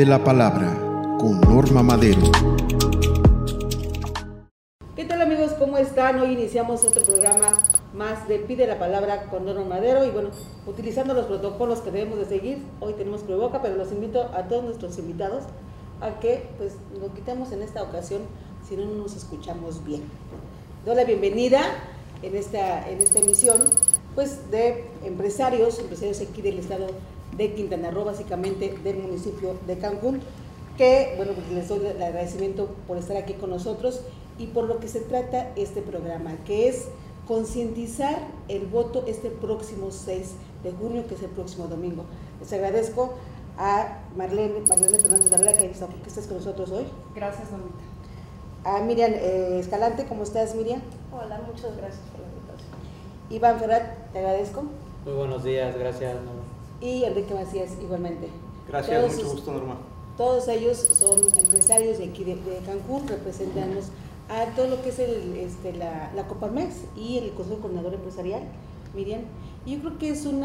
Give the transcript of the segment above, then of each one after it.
la palabra con Norma Madero. ¿Qué tal, amigos? ¿Cómo están? Hoy iniciamos otro programa más de Pide la Palabra con Norma Madero y bueno, utilizando los protocolos que debemos de seguir. Hoy tenemos cubreboca, pero los invito a todos nuestros invitados a que pues lo quitemos en esta ocasión, si no nos escuchamos bien. Doy la bienvenida en esta emisión pues de empresarios aquí del estado de Quintana Roo, básicamente del municipio de Cancún, que bueno, pues les doy el agradecimiento por estar aquí con nosotros y por lo que se trata este programa, que es concientizar el voto este próximo 6 de junio, que es el próximo domingo. Les agradezco a Marlene Fernández Barrera que estés con nosotros hoy. Gracias, Normita. A Miriam Escalante, ¿cómo estás, Miriam? Hola, muchas gracias por la invitación. Iván Ferrat, te agradezco. Muy buenos días, gracias, Norma. Y Enrique Macías, igualmente. Gracias, mucho gusto, Norma. Todos ellos son empresarios de aquí de Cancún, representamos a todo lo que es la Coparmex y el Consejo Coordinador Empresarial, Miriam. Y yo creo que es un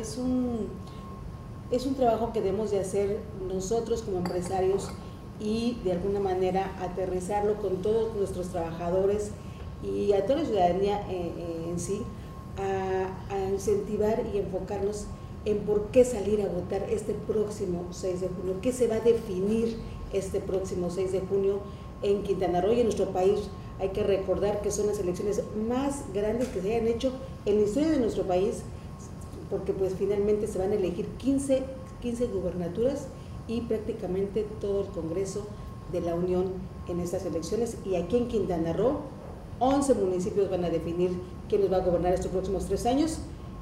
trabajo que debemos de hacer nosotros como empresarios y de alguna manera aterrizarlo con todos nuestros trabajadores y a toda la ciudadanía en sí, a incentivar y enfocarnos en por qué salir a votar este próximo 6 de junio, qué se va a definir este próximo 6 de junio en Quintana Roo y en nuestro país. Hay que recordar que son las elecciones más grandes que se hayan hecho en la historia de nuestro país, porque pues finalmente se van a elegir 15 gubernaturas y prácticamente todo el Congreso de la Unión en estas elecciones. Y aquí en Quintana Roo, 11 municipios van a definir quién los va a gobernar estos próximos 3 años.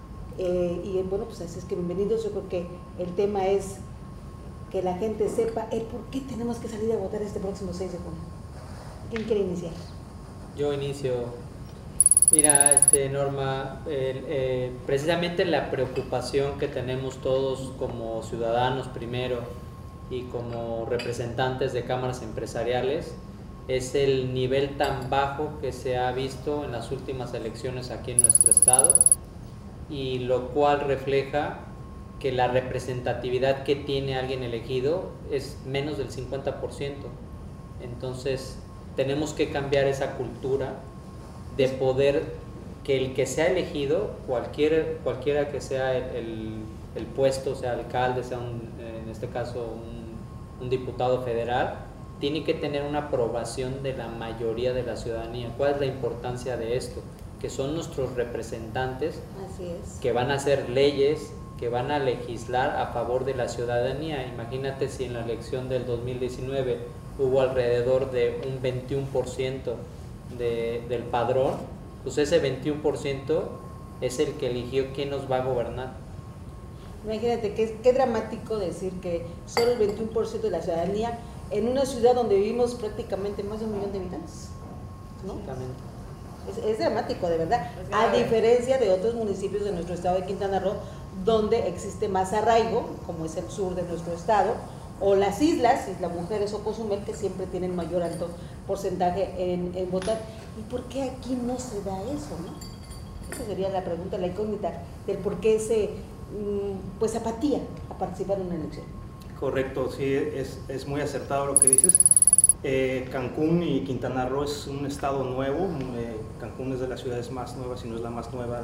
Y bueno, pues así es que bienvenidos. Yo creo que el tema es que la gente sepa el por qué tenemos que salir a votar este próximo 6 de junio. ¿Quién quiere iniciar? Yo inicio. Mira, Norma, precisamente la preocupación que tenemos todos como ciudadanos primero y como representantes de cámaras empresariales es el nivel tan bajo que se ha visto en las últimas elecciones aquí en nuestro estado, y lo cual refleja que la representatividad que tiene alguien elegido es menos del 50%. Entonces tenemos que cambiar esa cultura de poder que el que sea elegido, cualquiera que sea el puesto, sea alcalde, sea en este caso un diputado federal, tiene que tener una aprobación de la mayoría de la ciudadanía. ¿Cuál es la importancia de esto? Que son nuestros representantes. Así es. Que van a hacer leyes, que van a legislar a favor de la ciudadanía. Imagínate si en la elección del 2019 hubo alrededor de un 21% del padrón, pues ese 21% es el que eligió quién nos va a gobernar. Imagínate qué dramático decir que solo el 21% de la ciudadanía en una ciudad donde vivimos prácticamente más de 1 millón de habitantes, ¿no? Exactamente. Es dramático, de verdad, a diferencia de otros municipios de nuestro estado de Quintana Roo, donde existe más arraigo, como es el sur de nuestro estado, o las islas, Isla Mujeres o Cozumel, que siempre tienen mayor alto porcentaje en votar. ¿Y por qué aquí no se da eso, no? Esa sería la pregunta, la incógnita, del por qué pues apatía a participar en una elección. Correcto, sí, es muy acertado lo que dices. Cancún y Quintana Roo es un estado nuevo. Cancún es de las ciudades más nuevas, si no es la más nueva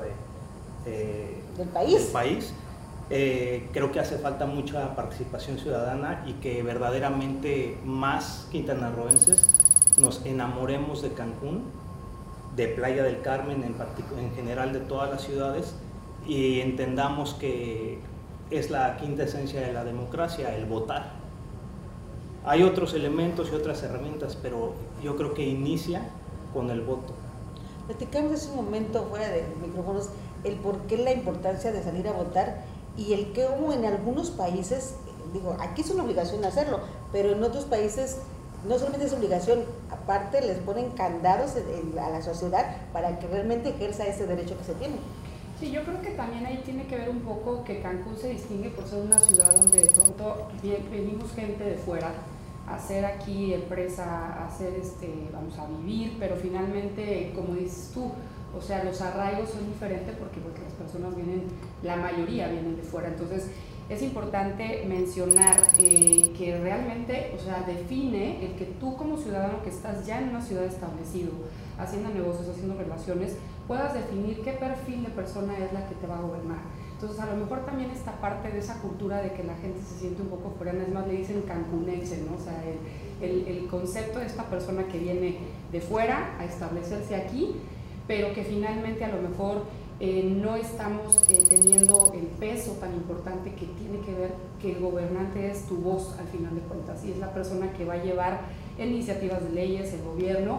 del país. Creo que hace falta mucha participación ciudadana y que verdaderamente más quintanarroenses nos enamoremos de Cancún, de Playa del Carmen en general, de todas las ciudades, y entendamos que es la quinta esencia de la democracia, el votar. Hay otros elementos y otras herramientas, pero yo creo que inicia con el voto. Platicamos hace un momento fuera de micrófonos el por qué la importancia de salir a votar y el que como en algunos países, digo, aquí es una obligación hacerlo, pero en otros países no solamente es obligación, aparte les ponen candados a la sociedad para que realmente ejerza ese derecho que se tiene. Sí, yo creo que también ahí tiene que ver un poco que Cancún se distingue por ser una ciudad donde de pronto venimos gente de fuera a hacer aquí empresa, a hacer vamos a vivir, pero finalmente, como dices tú, o sea, los arraigos son diferentes porque las personas vienen, la mayoría vienen de fuera, entonces es importante mencionar que realmente, o sea, define el que tú como ciudadano que estás ya en una ciudad establecido, haciendo negocios, haciendo relaciones, puedas definir qué perfil de persona es la que te va a gobernar. Entonces, a lo mejor también esta parte de esa cultura de que la gente se siente un poco fuera, es más, le dicen cancunense, ¿no? O sea, el concepto de esta persona que viene de fuera a establecerse aquí, pero que finalmente a lo mejor no estamos teniendo el peso tan importante que tiene que ver que el gobernante es tu voz al final de cuentas, y es la persona que va a llevar iniciativas de leyes, el gobierno,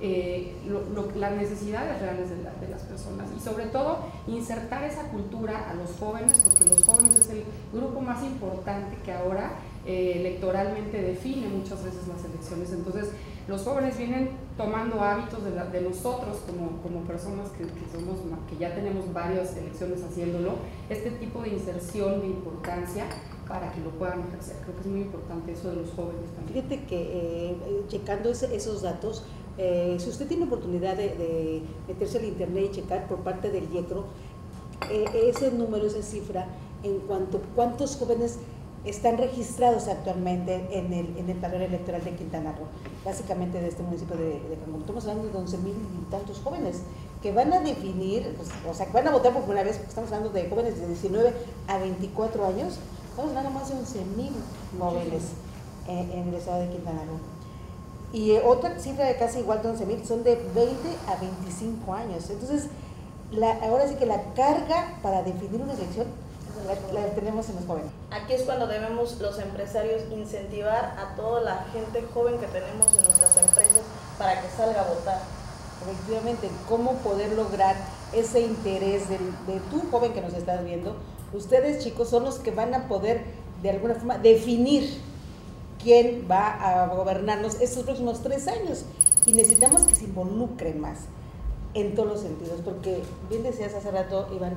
las necesidades reales de las personas, y sobre todo insertar esa cultura a los jóvenes, porque los jóvenes es el grupo más importante que ahora electoralmente define muchas veces las elecciones. Entonces los jóvenes vienen tomando hábitos de nosotros como personas que ya tenemos varias elecciones haciéndolo, este tipo de inserción de importancia para que lo puedan ejercer. Creo que es muy importante eso de los jóvenes también. Fíjate que checando esos datos, si usted tiene oportunidad de meterse al internet y checar por parte del IECRO, ese número, esa cifra, en cuanto a cuántos jóvenes están registrados actualmente en el padrón electoral de Quintana Roo, básicamente de este municipio de Cancún. Estamos hablando de 11,000 y tantos jóvenes que van a definir, pues, o sea, que van a votar por primera vez, porque estamos hablando de jóvenes de 19 a 24 años, estamos hablando de más de 11,000 jóvenes en el estado de Quintana Roo. Y otra cifra de casi igual de 11,000 son de 20 a 25 años. Entonces, ahora sí que la carga para definir una elección la tenemos en los jóvenes. Aquí es cuando debemos los empresarios incentivar a toda la gente joven que tenemos en nuestras empresas para que salga a votar. Efectivamente, cómo poder lograr ese interés de tu joven que nos estás viendo. Ustedes, chicos, son los que van a poder de alguna forma definir quién va a gobernarnos estos próximos 3 años, y necesitamos que se involucren más en todos los sentidos, porque bien decías hace rato, Iván,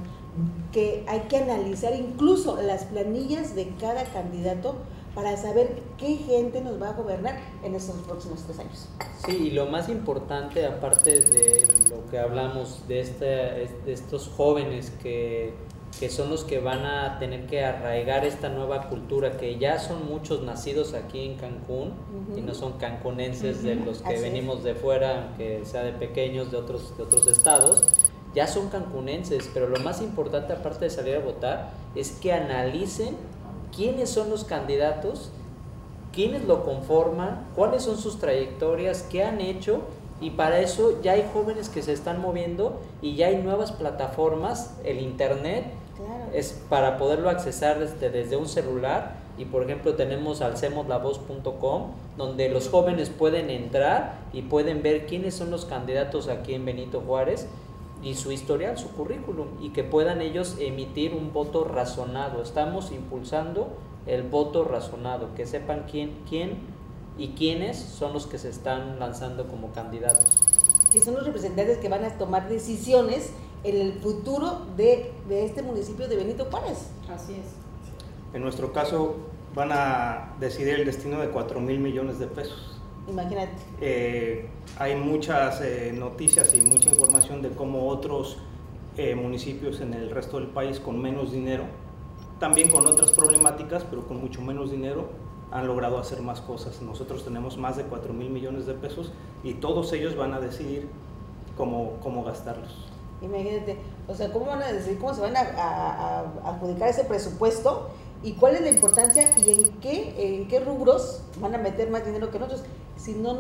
que hay que analizar incluso las planillas de cada candidato para saber qué gente nos va a gobernar en estos próximos 3 años. Sí, y lo más importante, aparte de lo que hablamos de estos jóvenes que son los que van a tener que arraigar esta nueva cultura, que ya son muchos nacidos aquí en Cancún, y no son cancunenses de los que venimos de fuera, aunque sea de pequeños de otros estados, ya son cancunenses. Pero lo más importante, aparte de salir a votar, es que analicen quiénes son los candidatos, quiénes lo conforman, cuáles son sus trayectorias, qué han hecho. Y para eso ya hay jóvenes que se están moviendo, y ya hay nuevas plataformas. El internet, claro, es para poderlo accesar desde un celular, y por ejemplo tenemos alcemosLavoz.com, donde los jóvenes pueden entrar y pueden ver quiénes son los candidatos aquí en Benito Juárez y su historial, su currículum, y que puedan ellos emitir un voto razonado. Estamos impulsando el voto razonado, que sepan quién y quiénes son los que se están lanzando como candidatos. Que son los representantes que van a tomar decisiones en el futuro de este municipio de Benito Juárez. Así es. En nuestro caso van a decidir el destino de 4,000 millones de pesos. Imagínate. Hay muchas noticias y mucha información de cómo otros municipios en el resto del país con menos dinero, también con otras problemáticas, pero con mucho menos dinero, han logrado hacer más cosas. Nosotros tenemos más de 4,000 millones de pesos, y todos ellos van a decidir cómo gastarlos. Imagínate, o sea, ¿cómo van a decidir cómo se van a adjudicar ese presupuesto? ¿Y cuál es la importancia y en qué rubros van a meter más dinero que nosotros? Si no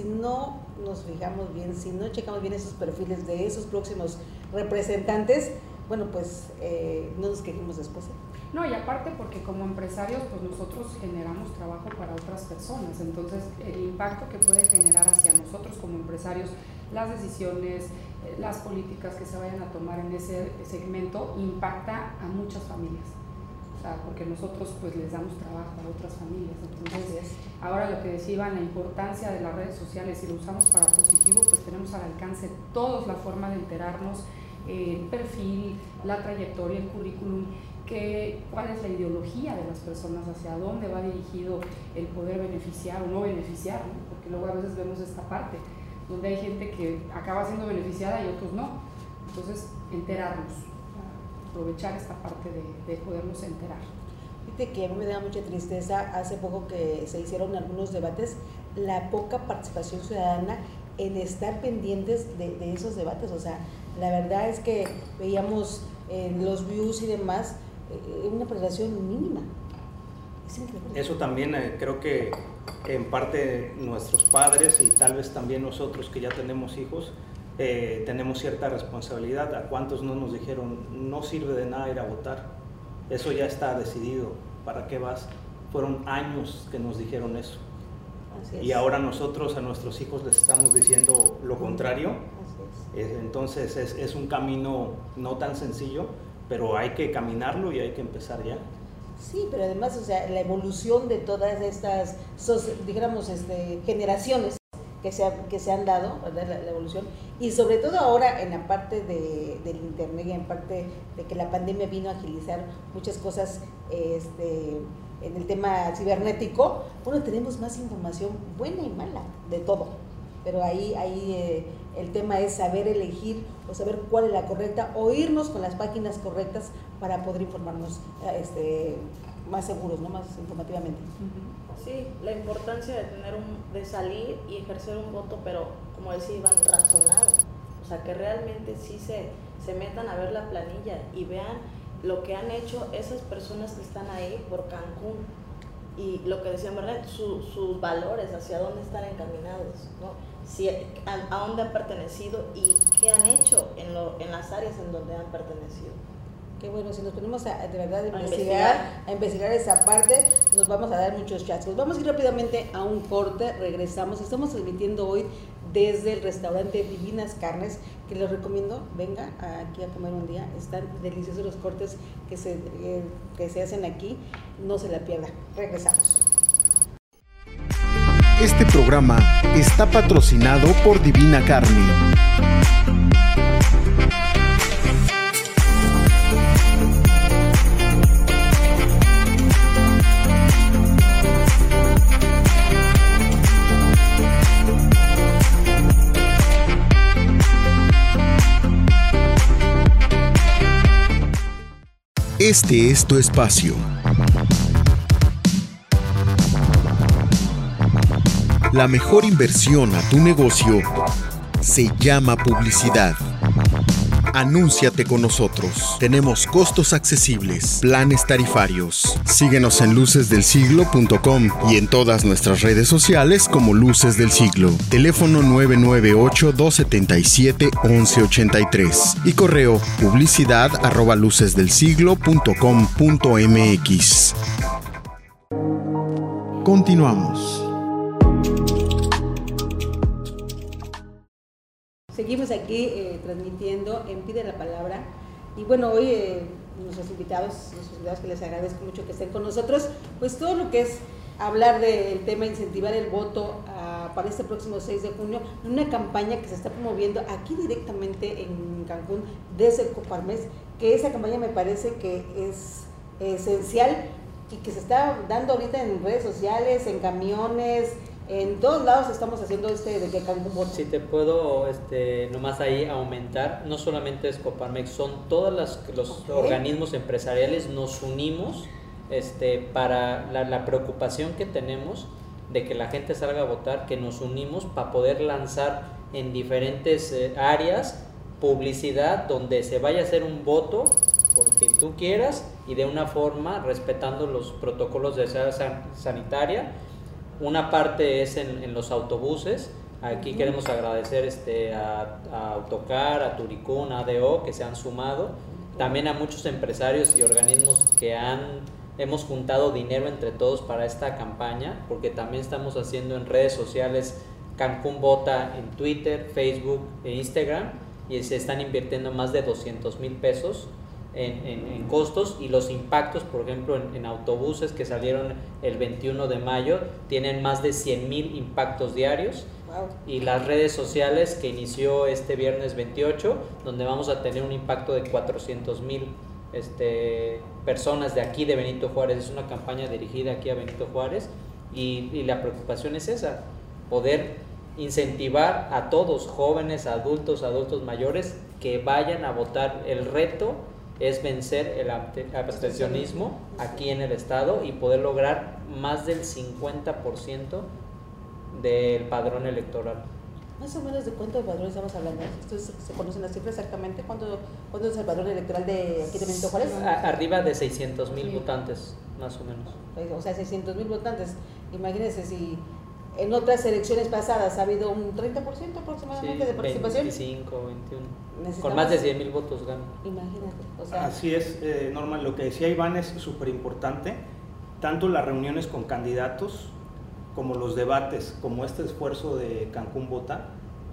nos fijamos bien, si no checamos bien esos perfiles de esos próximos representantes, bueno, pues no nos quejemos después. No, y aparte porque como empresarios, pues nosotros generamos trabajo para otras personas. Entonces, el impacto que puede generar hacia nosotros como empresarios, las decisiones, las políticas que se vayan a tomar en ese segmento, impacta a muchas familias. O sea, porque nosotros pues les damos trabajo a otras familias. Entonces, ahora lo que decía Iván, la importancia de las redes sociales, si lo usamos para positivo, pues tenemos al alcance todos la forma de enterarnos, el perfil, la trayectoria, el currículum, cuál es la ideología de las personas, hacia dónde va dirigido el poder beneficiar o no beneficiar, ¿no? Porque luego a veces vemos esta parte, donde hay gente que acaba siendo beneficiada y otros no. Entonces, enterarnos, aprovechar esta parte de podernos enterar. Fíjate que a mí me da mucha tristeza, hace poco que se hicieron algunos debates, la poca participación ciudadana en estar pendientes de esos debates. O sea, la verdad es que veíamos los views y demás, una participación mínima. Es increíble. Eso también creo que en parte nuestros padres y tal vez también nosotros que ya tenemos hijos, tenemos cierta responsabilidad. ¿A cuántos no nos dijeron, no sirve de nada ir a votar? Eso ya está decidido, ¿para qué vas? Fueron años que nos dijeron eso. Así es. Y ahora nosotros a nuestros hijos les estamos diciendo lo contrario. Así es. Entonces es un camino no tan sencillo, pero hay que caminarlo y hay que empezar ya. Sí, pero además, o sea, la evolución de todas estas, digamos, generaciones que se han dado, ¿verdad? La evolución, y sobre todo ahora en la parte del internet y en parte de que la pandemia vino a agilizar muchas cosas en el tema cibernético. Bueno, tenemos más información buena y mala de todo, pero ahí el tema es saber elegir o saber cuál es la correcta, o irnos con las páginas correctas para poder informarnos más seguros, ¿no? Más informativamente. Sí, la importancia de salir y ejercer un voto, pero como decía Iván, razonado. O sea, que realmente sí se metan a ver la planilla y vean lo que han hecho esas personas que están ahí por Cancún. Y lo que decían, ¿verdad? Sus valores, hacia dónde están encaminados, ¿no? A dónde han pertenecido y qué han hecho en las áreas en donde han pertenecido. Qué bueno, si nos ponemos de verdad a investigar esa parte, nos vamos a dar muchos chats. Vamos a ir rápidamente a un corte, regresamos. Estamos transmitiendo hoy desde el restaurante Divinas Carnes, que les recomiendo, venga aquí a comer un día. Están deliciosos los cortes que se hacen aquí, no se la pierda. Regresamos. Este programa está patrocinado por Divina Carne. Este es tu espacio. La mejor inversión a tu negocio se llama publicidad. Anúnciate con nosotros. Tenemos costos accesibles, planes tarifarios. Síguenos en lucesdelsiglo.com y en todas nuestras redes sociales como Luces del Siglo. Teléfono 998-277-1183 y correo publicidad@lucesdelsiglo.com.mx. Continuamos. Seguimos aquí transmitiendo en Pide la Palabra. Y bueno, hoy nuestros invitados que les agradezco mucho que estén con nosotros, pues todo lo que es hablar del tema, incentivar el voto para este próximo 6 de junio, en una campaña que se está promoviendo aquí directamente en Cancún desde el Coparmex, que esa campaña me parece que es esencial y que se está dando ahorita en redes sociales, en camiones. En todos lados estamos haciendo de que Cancún vote. Si te puedo nomás ahí aumentar, no solamente es Coparmex, son todos los organismos empresariales, nos unimos para la preocupación que tenemos de que la gente salga a votar, que nos unimos para poder lanzar en diferentes áreas publicidad donde se vaya a hacer un voto porque tú quieras y de una forma respetando los protocolos de seguridad sanitaria. Una parte es en los autobuses. Aquí queremos agradecer a Autocar, a Turicún, a ADO que se han sumado. También a muchos empresarios y organismos que hemos juntado dinero entre todos para esta campaña, porque también estamos haciendo en redes sociales Cancún Vota en Twitter, Facebook e Instagram, y se están invirtiendo más de 200,000 pesos en costos, y los impactos, por ejemplo, en autobuses que salieron el 21 de mayo, tienen más de 100,000 impactos diarios. Wow. Y las redes sociales que inició este viernes 28, donde vamos a tener un impacto de 400,000 personas de aquí de Benito Juárez. Es una campaña dirigida aquí a Benito Juárez, y la preocupación es esa, poder incentivar a todos, jóvenes, adultos mayores, que vayan a votar. El reto es vencer el abstencionismo aquí en el estado y poder lograr más del 50% del padrón electoral. Más o menos de cuántos padrones estamos hablando. ¿Ustedes se conocen las cifras exactamente? ¿Cuánto es el padrón electoral de aquí de Benito Juárez? Arriba de 600,000 votantes, más o menos. O sea, 600,000 votantes. Imagínense si en otras elecciones pasadas ha habido un 30% aproximadamente de participación. 25, 21. Con más de 100,000 votos ganan. Imagínate. O sea, así es, Norma, lo que decía Iván es súper importante. Tanto las reuniones con candidatos como los debates, como este esfuerzo de Cancún Vota,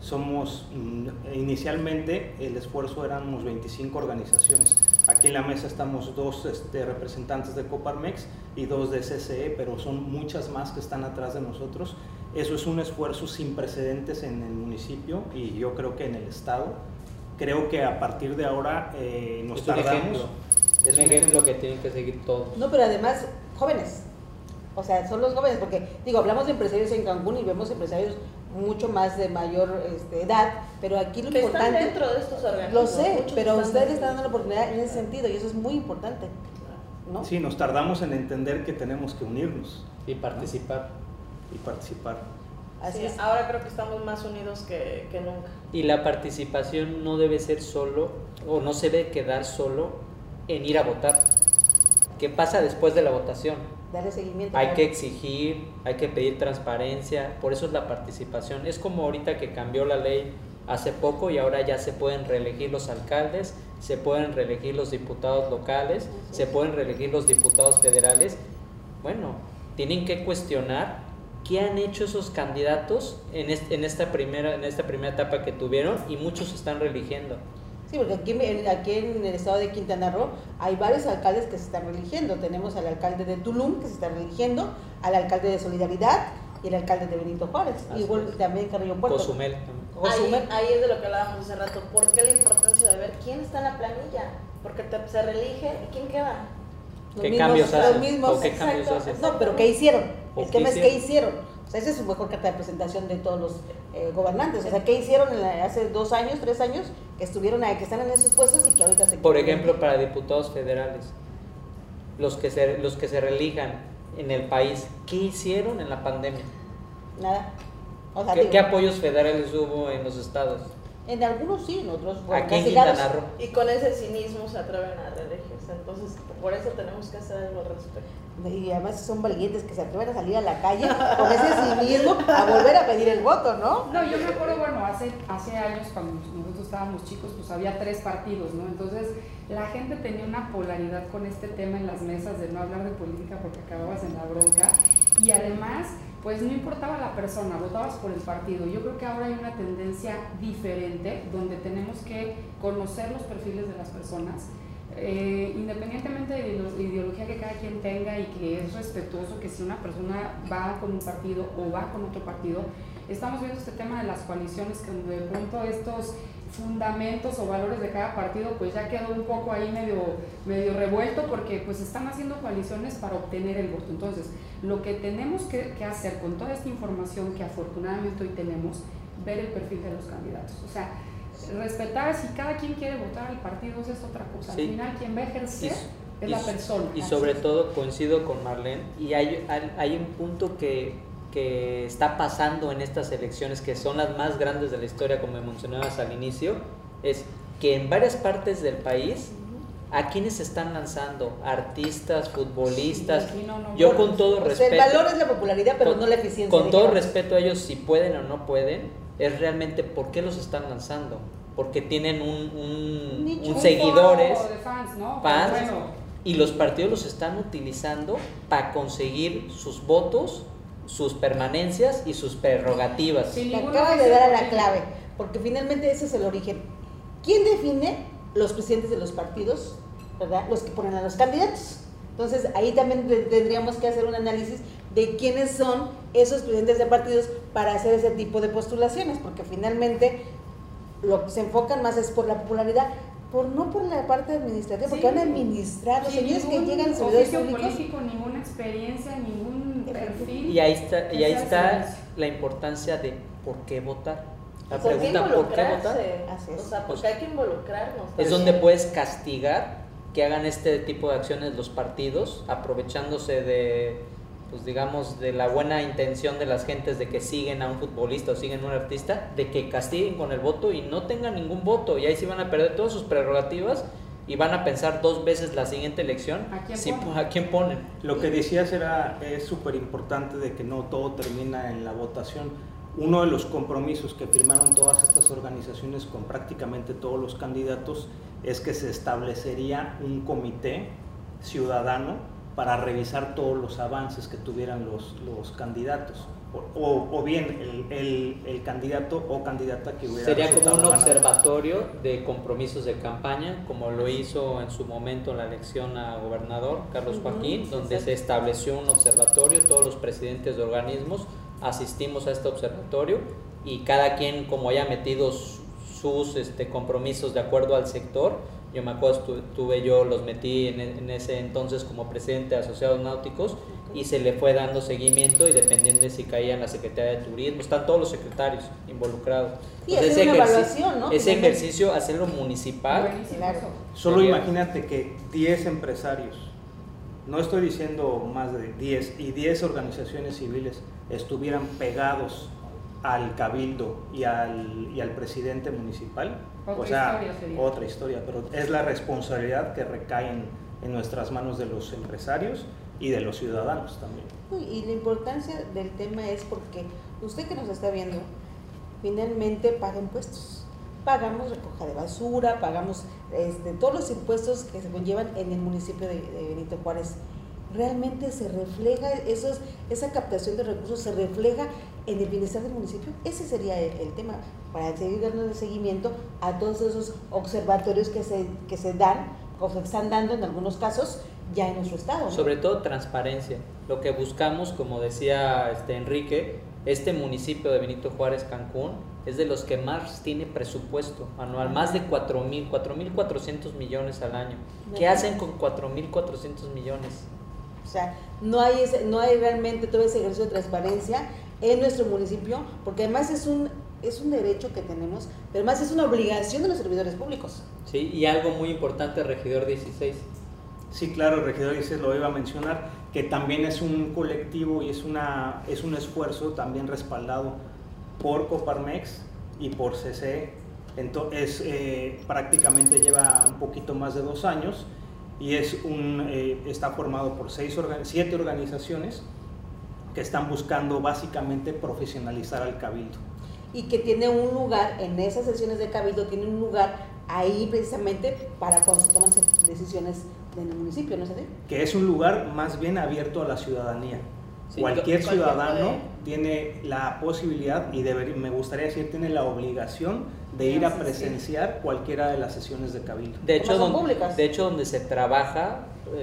inicialmente el esfuerzo éramos 25 organizaciones. Aquí en la mesa estamos 2 representantes de Coparmex y 2 de CCE, pero son muchas más que están atrás de nosotros. Eso es un esfuerzo sin precedentes en el municipio y yo creo que en el estado. Creo que a partir de ahora nos tardamos. Es un ejemplo que tienen que seguir todos. No, pero además, jóvenes. O sea, son los jóvenes, porque digo, hablamos de empresarios en Cancún y vemos empresarios mucho más de mayor edad, pero aquí lo que importante... están dentro de estos organismos. Lo sé, muchos pero ustedes dentro. están dando la oportunidad en ese sentido y eso es muy importante, ¿no? Sí, nos tardamos en entender que tenemos que unirnos. Y participar. Y participar. Así Sí, es. ahora creo que estamos más unidos que nunca. Y la participación no debe ser solo, o no se debe quedar solo en ir a votar. ¿Qué pasa después de la votación? Darle seguimiento. Hay que exigir, hay que pedir transparencia, por eso es la participación. Es como ahorita que cambió la ley hace poco y ahora ya se pueden reelegir los alcaldes, se pueden reelegir los diputados locales, se pueden reelegir los diputados federales. Bueno, tienen que cuestionar qué han hecho esos candidatos en esta primera etapa que tuvieron y muchos se están reeligiendo. Sí, porque aquí en el estado de Quintana Roo hay varios alcaldes que se están reeligiendo. Tenemos al alcalde de Tulum que se está reeligiendo, al alcalde de Solidaridad y el alcalde de Benito Juárez. Así Igual es. también Carrillo Puerto. Cozumel. Ahí es de lo que hablábamos hace rato. ¿Por qué la importancia de ver quién está en la planilla? Porque se reelige y quién queda. ¿Qué cambios hacen? Los mismos. ¿O qué cambios hacen? No, pero ¿qué hicieron? ¿O El qué tema es qué hicieron? hicieron. O sea, esa es su mejor carta de presentación de todos los gobernantes. O sea, ¿qué hicieron hace 2 años, 3 años que estuvieron ahí, que están en esos puestos y que ahorita se... Por ejemplo, para diputados federales, los que se reelijan en el país, ¿qué hicieron en la pandemia? Nada. O sea, ¿Qué apoyos federales hubo en los estados? En algunos sí, en otros Aquí en castigados. Quintana Roo. Y con ese cinismo se atreven a reelegirse. Entonces, por eso tenemos que hacer algo al respecto. Y además son valientes que se atreven a salir a la calle con ese cinismo a volver a pedir el voto, ¿no? No, yo me acuerdo, bueno, hace años cuando nosotros estábamos chicos, pues había 3 partidos, ¿no? Entonces la gente tenía una polaridad con este tema en las mesas de no hablar de política porque acababas en la bronca y además, pues no importaba la persona, votabas por el partido. Yo creo que ahora hay una tendencia diferente donde tenemos que conocer los perfiles de las personas, independientemente de la ideología que cada quien tenga y que es respetuoso que si una persona va con un partido o va con otro partido. Estamos viendo este tema de las coaliciones que de pronto estos fundamentos o valores de cada partido pues ya quedó un poco ahí medio revuelto porque pues están haciendo coaliciones para obtener el voto. Entonces lo que tenemos que hacer con toda esta información que afortunadamente hoy tenemos, ver el perfil de los candidatos, o sea, respetar si cada quien quiere votar al partido, eso es otra cosa. Sí. Al final quien va a ejercer es la persona. Y sobre todo coincido con Marlene, y hay un punto que está pasando en estas elecciones que son las más grandes de la historia, como mencionabas al inicio, es que en varias partes del país ¿a quiénes se están lanzando? Artistas, futbolistas. Sí, yo con todo respeto. El valor es la popularidad, pero no la eficiencia. Con todo respeto a ellos, si pueden o no pueden, es realmente por qué los están lanzando. Porque tienen un seguidores, de fans, ¿no? fans, Bueno. y los partidos los están utilizando para conseguir sus votos, sus permanencias y sus prerrogativas. Sí. Te acabas de dar a la clave, porque finalmente ese es el origen. ¿Quién define los presidentes de los partidos, verdad? Los que ponen a los candidatos. Entonces ahí también tendríamos que hacer un análisis de quiénes son esos presidentes de partidos para hacer ese tipo de postulaciones, porque finalmente lo que se enfocan más es por la popularidad, no por la parte administrativa, porque van a administrar los señores que llegan servidores públicos. Político, ninguna experiencia, ningún perfil. Y ahí está la importancia de por qué votar. La ¿Por qué pregunta, ¿por qué votar? involucrarse? O sea, porque hay que involucrarnos. Es donde puedes castigar que hagan este tipo de acciones los partidos, aprovechándose de, pues digamos, de la buena intención de las gentes de que siguen a un futbolista o siguen a un artista, de que castiguen con el voto y no tengan ningún voto, y ahí sí van a perder todas sus prerrogativas y van a pensar 2 veces la siguiente elección ¿a quién ponen? Lo que decías es súper importante de que no todo termina en la votación. Uno de los compromisos que firmaron todas estas organizaciones con prácticamente todos los candidatos es que se establecería un comité ciudadano para revisar todos los avances que tuvieran los candidatos, o bien el candidato o candidata que hubiera. Sería como un observatorio de compromisos de campaña, como lo hizo en su momento en la elección a gobernador Carlos Joaquín, donde se estableció un observatorio, todos los presidentes de organismos asistimos a este observatorio y cada quien como haya metido sus compromisos de acuerdo al sector. Yo me acuerdo, yo los metí en ese entonces como presidente de Asociados Náuticos y se le fue dando seguimiento y dependiendo de si caía en la Secretaría de Turismo, están todos los secretarios involucrados. Sí, entonces, ese evaluación, ¿no? Ese ejercicio, hacerlo municipal. Claro. Solo imagínate que 10 empresarios, no estoy diciendo más de 10, y 10 organizaciones civiles estuvieran pegados al cabildo y al presidente municipal. Otra historia, pero es la responsabilidad que recae en nuestras manos de los empresarios y de los ciudadanos también. Y la importancia del tema es porque usted que nos está viendo, finalmente paga impuestos. Pagamos recoja de basura, pagamos todos los impuestos que se conllevan en el municipio de Benito Juárez. ¿Realmente se refleja, esa captación de recursos se refleja en el bienestar del municipio? Ese sería el tema, para seguir dando el seguimiento a todos esos observatorios que se dan, o se están dando en algunos casos ya en nuestro estado, ¿no? Sobre todo transparencia. Lo que buscamos, como decía Enrique, este municipio de Benito Juárez, Cancún, es de los que más tiene presupuesto anual, más de 4.400 millones al año. ¿Qué hacen con 4.400 millones? O sea, no hay realmente todo ese ejercicio de transparencia en nuestro municipio, porque además es un derecho que tenemos, pero además es una obligación de los servidores públicos. Sí, y algo muy importante, Regidor 16. Sí, claro, Regidor 16 lo iba a mencionar, que también es un colectivo y es un esfuerzo también respaldado por Coparmex y por CCE. Entonces, prácticamente lleva un poquito más de 2 años y está formado por 7 organizaciones que están buscando básicamente profesionalizar al cabildo. Y que tiene un lugar, en esas sesiones de cabildo, tiene un lugar ahí precisamente para cuando se toman decisiones en el municipio, ¿no es así? Que es un lugar más bien abierto a la ciudadanía. Sí, cualquier ciudadano tiene la posibilidad y me gustaría decir, tiene la obligación de ir a presenciar cualquiera de las sesiones de cabildo. De hecho, donde se trabaja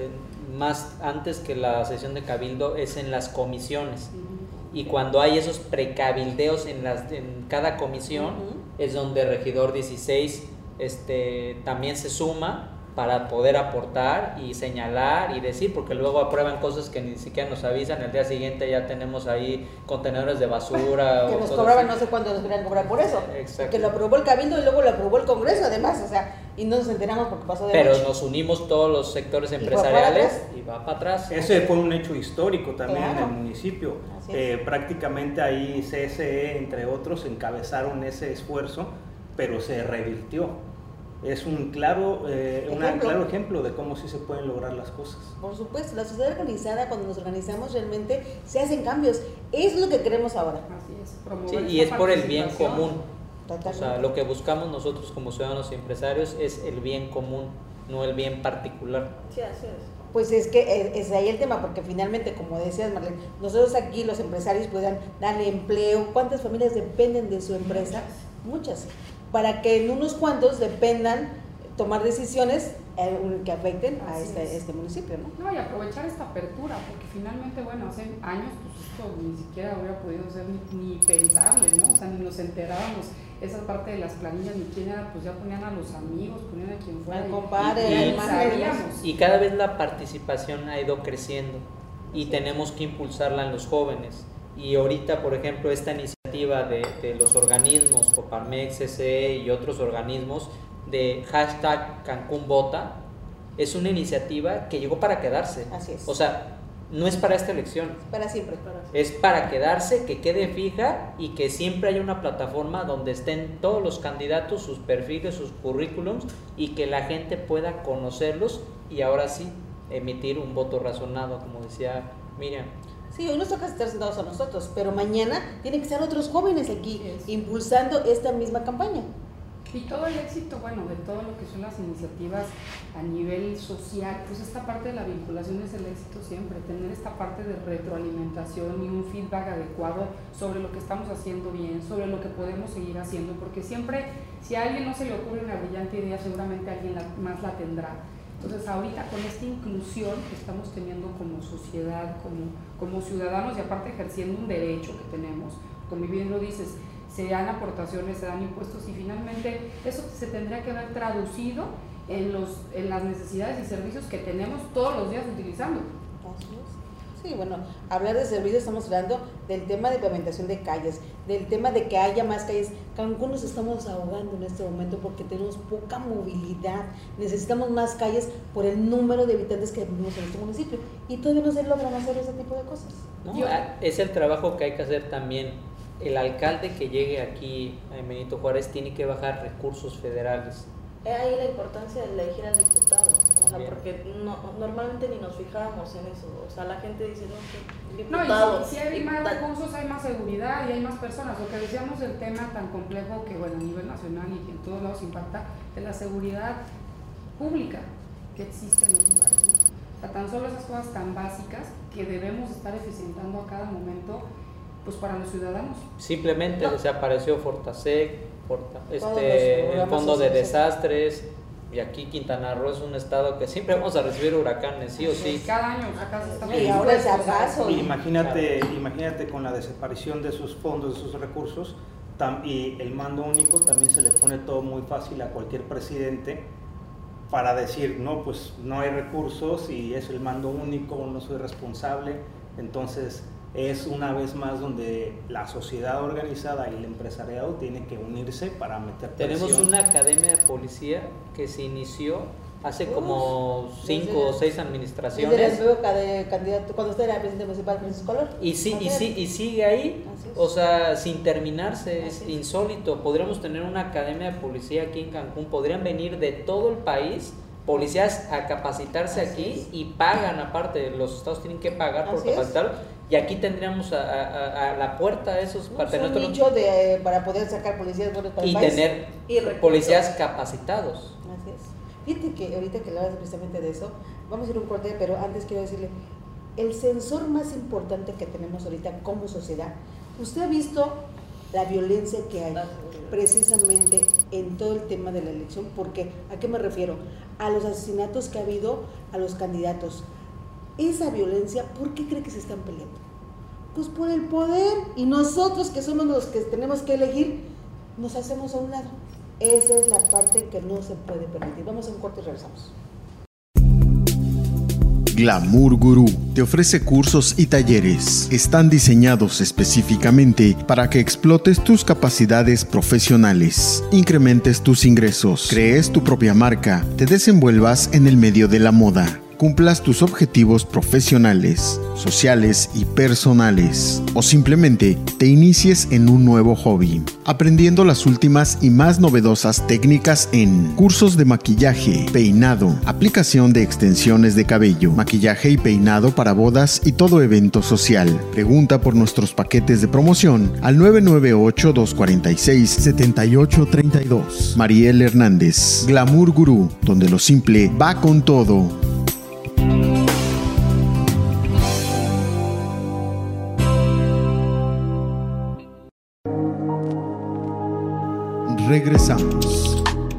más antes que la sesión de cabildo es en las comisiones. Y cuando hay esos precabildeos en cada comisión, es donde Regidor 16 también se suma para poder aportar y señalar y decir, porque luego aprueban cosas que ni siquiera nos avisan, el día siguiente ya tenemos ahí contenedores de basura. Que nos cobraban, no sé cuánto nos querían cobrar por eso. Exacto. Que lo aprobó el Cabildo y luego lo aprobó el Congreso además, o sea, y no nos enteramos porque pasó de Pero noche. nos unimos todos los sectores empresariales y va para atrás. Ese fue un hecho histórico también Claro. en el municipio. Prácticamente ahí CSE, entre otros, encabezaron ese esfuerzo, pero se revirtió. Es un claro ejemplo de cómo sí se pueden lograr las cosas. Por supuesto, la sociedad organizada, cuando nos organizamos realmente se hacen cambios. Es lo que queremos ahora. Así es, promover y es por el bien común. Totalmente. O sea, lo que buscamos nosotros como ciudadanos y empresarios es el bien común, no el bien particular. Sí, así es. Pues es que es ahí el tema, porque finalmente, como decías, Marlene, nosotros aquí los empresarios puedan darle empleo. ¿Cuántas familias dependen de su empresa? Muchas. Para que en unos cuantos dependan tomar decisiones que afecten a este municipio, ¿no? No, y aprovechar esta apertura, porque finalmente, bueno, hace años pues esto ni siquiera hubiera podido ser ni pensable, ¿no? O sea, ni nos enterábamos esa parte de las planillas, ni quién era, pues ya ponían a los amigos, ponían a quien fuera. Al compadre, sabíamos. Y cada vez la participación ha ido creciendo y tenemos que impulsarla en los jóvenes. Y ahorita, por ejemplo, esta iniciativa de los organismos, Coparmex, CCE y otros organismos, de hashtag Cancún Vota, es una iniciativa que llegó para quedarse. Así es. O sea, no es para esta elección. Para siempre. Es para quedarse, que quede fija y que siempre haya una plataforma donde estén todos los candidatos, sus perfiles, sus currículums y que la gente pueda conocerlos y ahora sí emitir un voto razonado, como decía Miriam. Sí, hoy nos toca estar sentados a nosotros, pero mañana tienen que estar otros jóvenes aquí impulsando esta misma campaña. Y todo el éxito, bueno, de todo lo que son las iniciativas a nivel social, pues esta parte de la vinculación es el éxito siempre, tener esta parte de retroalimentación y un feedback adecuado sobre lo que estamos haciendo bien, sobre lo que podemos seguir haciendo, porque siempre, si a alguien no se le ocurre una brillante idea, seguramente alguien más la tendrá. Entonces ahorita con esta inclusión que estamos teniendo como sociedad, como ciudadanos y aparte ejerciendo un derecho que tenemos, como bien lo dices, se dan aportaciones, se dan impuestos y finalmente eso se tendría que haber traducido en las necesidades y servicios que tenemos todos los días utilizando. Sí, bueno, hablar de servicios estamos hablando del tema de pavimentación de calles, del tema de que haya más calles. Cancún nos estamos ahogando en este momento porque tenemos poca movilidad, necesitamos más calles por el número de habitantes que vivimos en este municipio y todavía no se logran hacer ese tipo de cosas, ¿no? Es el trabajo que hay que hacer también. El alcalde que llegue aquí a Benito Juárez tiene que bajar recursos federales. Ahí la importancia de elegir al diputado, o sea, porque normalmente ni nos fijamos en eso, o sea, la gente dice, no, diputado. No, y si hay más recursos, hay más seguridad y hay más personas. Lo que decíamos del tema tan complejo que, bueno, a nivel nacional y que en todos lados impacta, es la seguridad pública que existe en los lugares, ¿no? O sea, tan solo esas cosas tan básicas que debemos estar eficientando a cada momento, pues para los ciudadanos. Simplemente desapareció Fortasec, el fondo de desastres, y aquí Quintana Roo es un estado que siempre vamos a recibir huracanes, sí o sí. Cada año acá se está y ahora el sargazo. Imagínate con la desaparición de esos fondos, de esos recursos, y el mando único, también se le pone todo muy fácil a cualquier presidente para decir, no, pues no hay recursos y es el mando único, no soy responsable. Entonces es una vez más donde la sociedad organizada y el empresariado tienen que unirse para meter presión. Tenemos una academia de policía que se inició hace como 5 o 6 administraciones. Desde la de candidato, cuando usted era presidente municipal, Francisco Color. Y sigue ahí, o sea, sin terminarse, es insólito. Podríamos tener una academia de policía aquí en Cancún, podrían venir de todo el país policías a capacitarse aquí y pagan aparte, los estados tienen que pagar por capacitarlos. Y aquí tendríamos a la puerta esos para tener un nicho para poder sacar policías buenos para el país. Tener policías capacitados. Así es. Fíjate que ahorita que hablabas precisamente de eso, vamos a ir a un corte, pero antes quiero decirle, el sensor más importante que tenemos ahorita como sociedad, usted ha visto la violencia que hay precisamente en todo el tema de la elección, porque ¿a qué me refiero? A los asesinatos que ha habido a los candidatos. Esa violencia, ¿por qué cree que se están peleando? Pues por el poder, y nosotros que somos los que tenemos que elegir, nos hacemos a un lado. Esa es la parte que no se puede permitir. Vamos a un corte y regresamos. Glamour Gurú te ofrece cursos y talleres. Están diseñados específicamente para que explotes tus capacidades profesionales, incrementes tus ingresos, crees tu propia marca, te desenvuelvas en el medio de la moda, cumplas tus objetivos profesionales, sociales y personales, o simplemente te inicies en un nuevo hobby, aprendiendo las últimas y más novedosas técnicas en cursos de maquillaje, peinado, aplicación de extensiones de cabello, maquillaje y peinado para bodas y todo evento social. Pregunta por nuestros paquetes de promoción al 998-246-7832. Mariel Hernández, Glamour Gurú, donde lo simple va con todo. Regresamos.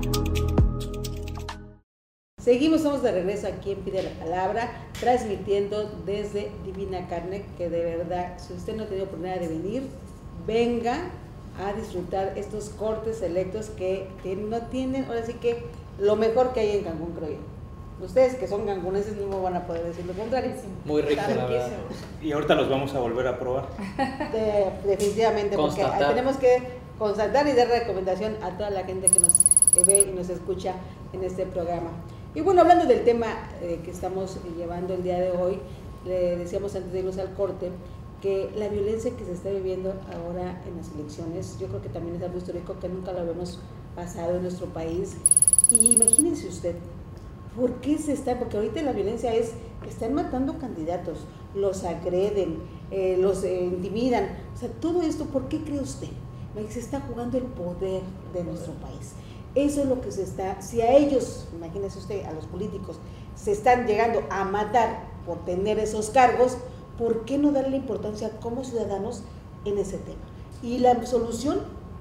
Seguimos, estamos de regreso aquí en Pide la Palabra, transmitiendo desde Divina Carne, que de verdad, si usted no ha tenido oportunidad de venir, venga a disfrutar estos cortes selectos que no tienen, ahora sí que lo mejor que hay en Cancún, creo yo. Ustedes que son cancuneses no me van a poder decir lo contrario. Muy rico, la verdad. Y ahorita los vamos a volver a probar. Definitivamente, porque tenemos que constatar y dar recomendación a toda la gente que nos ve y nos escucha en este programa. Y bueno, hablando del tema que estamos llevando el día de hoy, le decíamos antes de irnos al corte que la violencia que se está viviendo ahora en las elecciones, yo creo que también es algo histórico que nunca lo habíamos pasado en nuestro país. Y imagínense usted, ¿por qué se está? Porque ahorita la violencia es, están matando candidatos, los agreden, los intimidan, o sea, todo esto, ¿por qué cree usted? Se está jugando el poder de nuestro país. Eso es lo que se está, si a ellos, imagínese usted, a los políticos, se están llegando a matar por tener esos cargos, ¿por qué no darle importancia como ciudadanos en ese tema? Y la solución,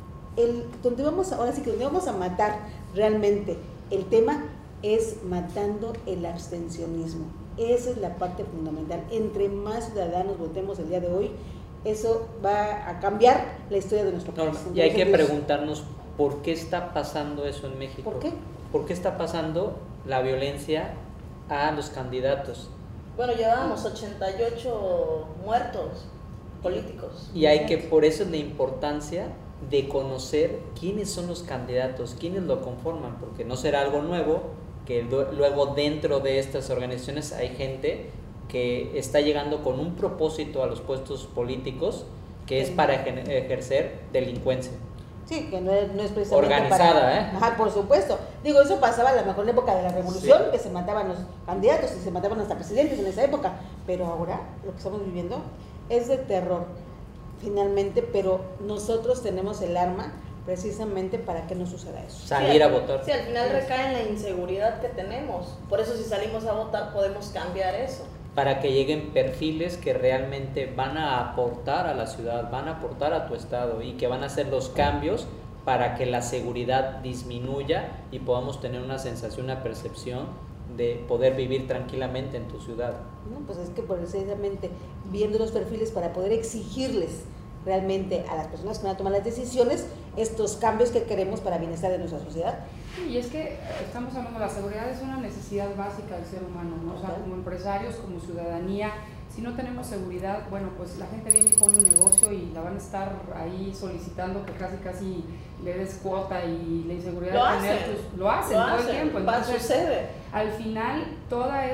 donde vamos a matar realmente el tema, es matando el abstencionismo. Esa es la parte fundamental. Entre más ciudadanos votemos el día de hoy, eso va a cambiar la historia de nuestro país. Y hay que preguntarnos por qué está pasando eso en México. ¿Por qué? ¿Por qué está pasando la violencia a los candidatos? Bueno, llevábamos 88 muertos políticos. Y hay que, por eso es la importancia de conocer quiénes son los candidatos, quiénes lo conforman, porque no será algo nuevo, que luego dentro de estas organizaciones hay gente que está llegando con un propósito a los puestos políticos, que es para ejercer delincuencia. Sí, que no es precisamente organizada, Ajá, por supuesto. Digo, eso pasaba a lo mejor en la época de la revolución, sí, que se mataban los candidatos y se mataban hasta presidentes en esa época, pero ahora lo que estamos viviendo es de terror, finalmente, pero nosotros tenemos el arma precisamente para que no suceda eso. Salir a votar. Sí, al final recae en la inseguridad que tenemos, por eso si salimos a votar podemos cambiar eso. Para que lleguen perfiles que realmente van a aportar a la ciudad, van a aportar a tu estado y que van a hacer los cambios para que la seguridad disminuya y podamos tener una sensación, una percepción de poder vivir tranquilamente en tu ciudad. No, pues es que precisamente viendo los perfiles para poder exigirles realmente a las personas que van a tomar las decisiones estos cambios que queremos para el bienestar de nuestra sociedad. Y es que estamos hablando, la seguridad es una necesidad básica del ser humano, ¿no? O sea, como empresarios, como ciudadanía, si no tenemos seguridad, bueno, pues la gente viene y pone un negocio y la van a estar ahí solicitando que casi le des cuota, y la inseguridad lo hacen todo el tiempo. Entonces, sucede. Al final, toda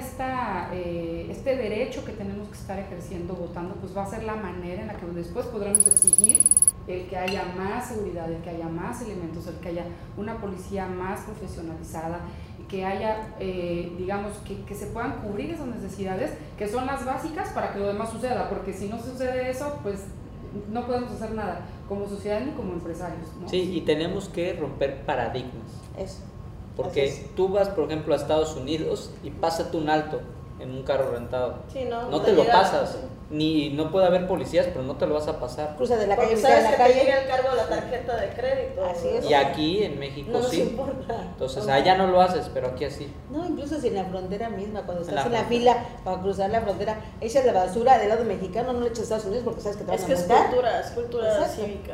este derecho que tenemos que estar ejerciendo votando, pues va a ser la manera en la que después podremos exigir el que haya más seguridad, el que haya más elementos, el que haya una policía más profesionalizada, que haya, digamos, que se puedan cubrir esas necesidades, que son las básicas para que lo demás suceda, porque si no sucede eso, pues no podemos hacer nada como sociedad ni como empresarios, ¿no? Sí, y tenemos que romper paradigmas. Eso. Porque tú vas, por ejemplo, a Estados Unidos y pásate un alto en un carro rentado. Sí, no te lo pasas. Ni no puede haber policías, pero no te lo vas a pasar. Cruza de la porque calle, sabes de la que calle. te llega el cargo de la tarjeta de crédito. Así es. Y aquí en México no sí. nos importa. Entonces allá no lo haces, pero aquí así. No, incluso si en la frontera misma, cuando estás En en la la fila para cruzar la frontera, echas la basura del lado mexicano, no le echas a Estados Unidos porque sabes que te van Es a que es multar. cultura Exacto. cívica.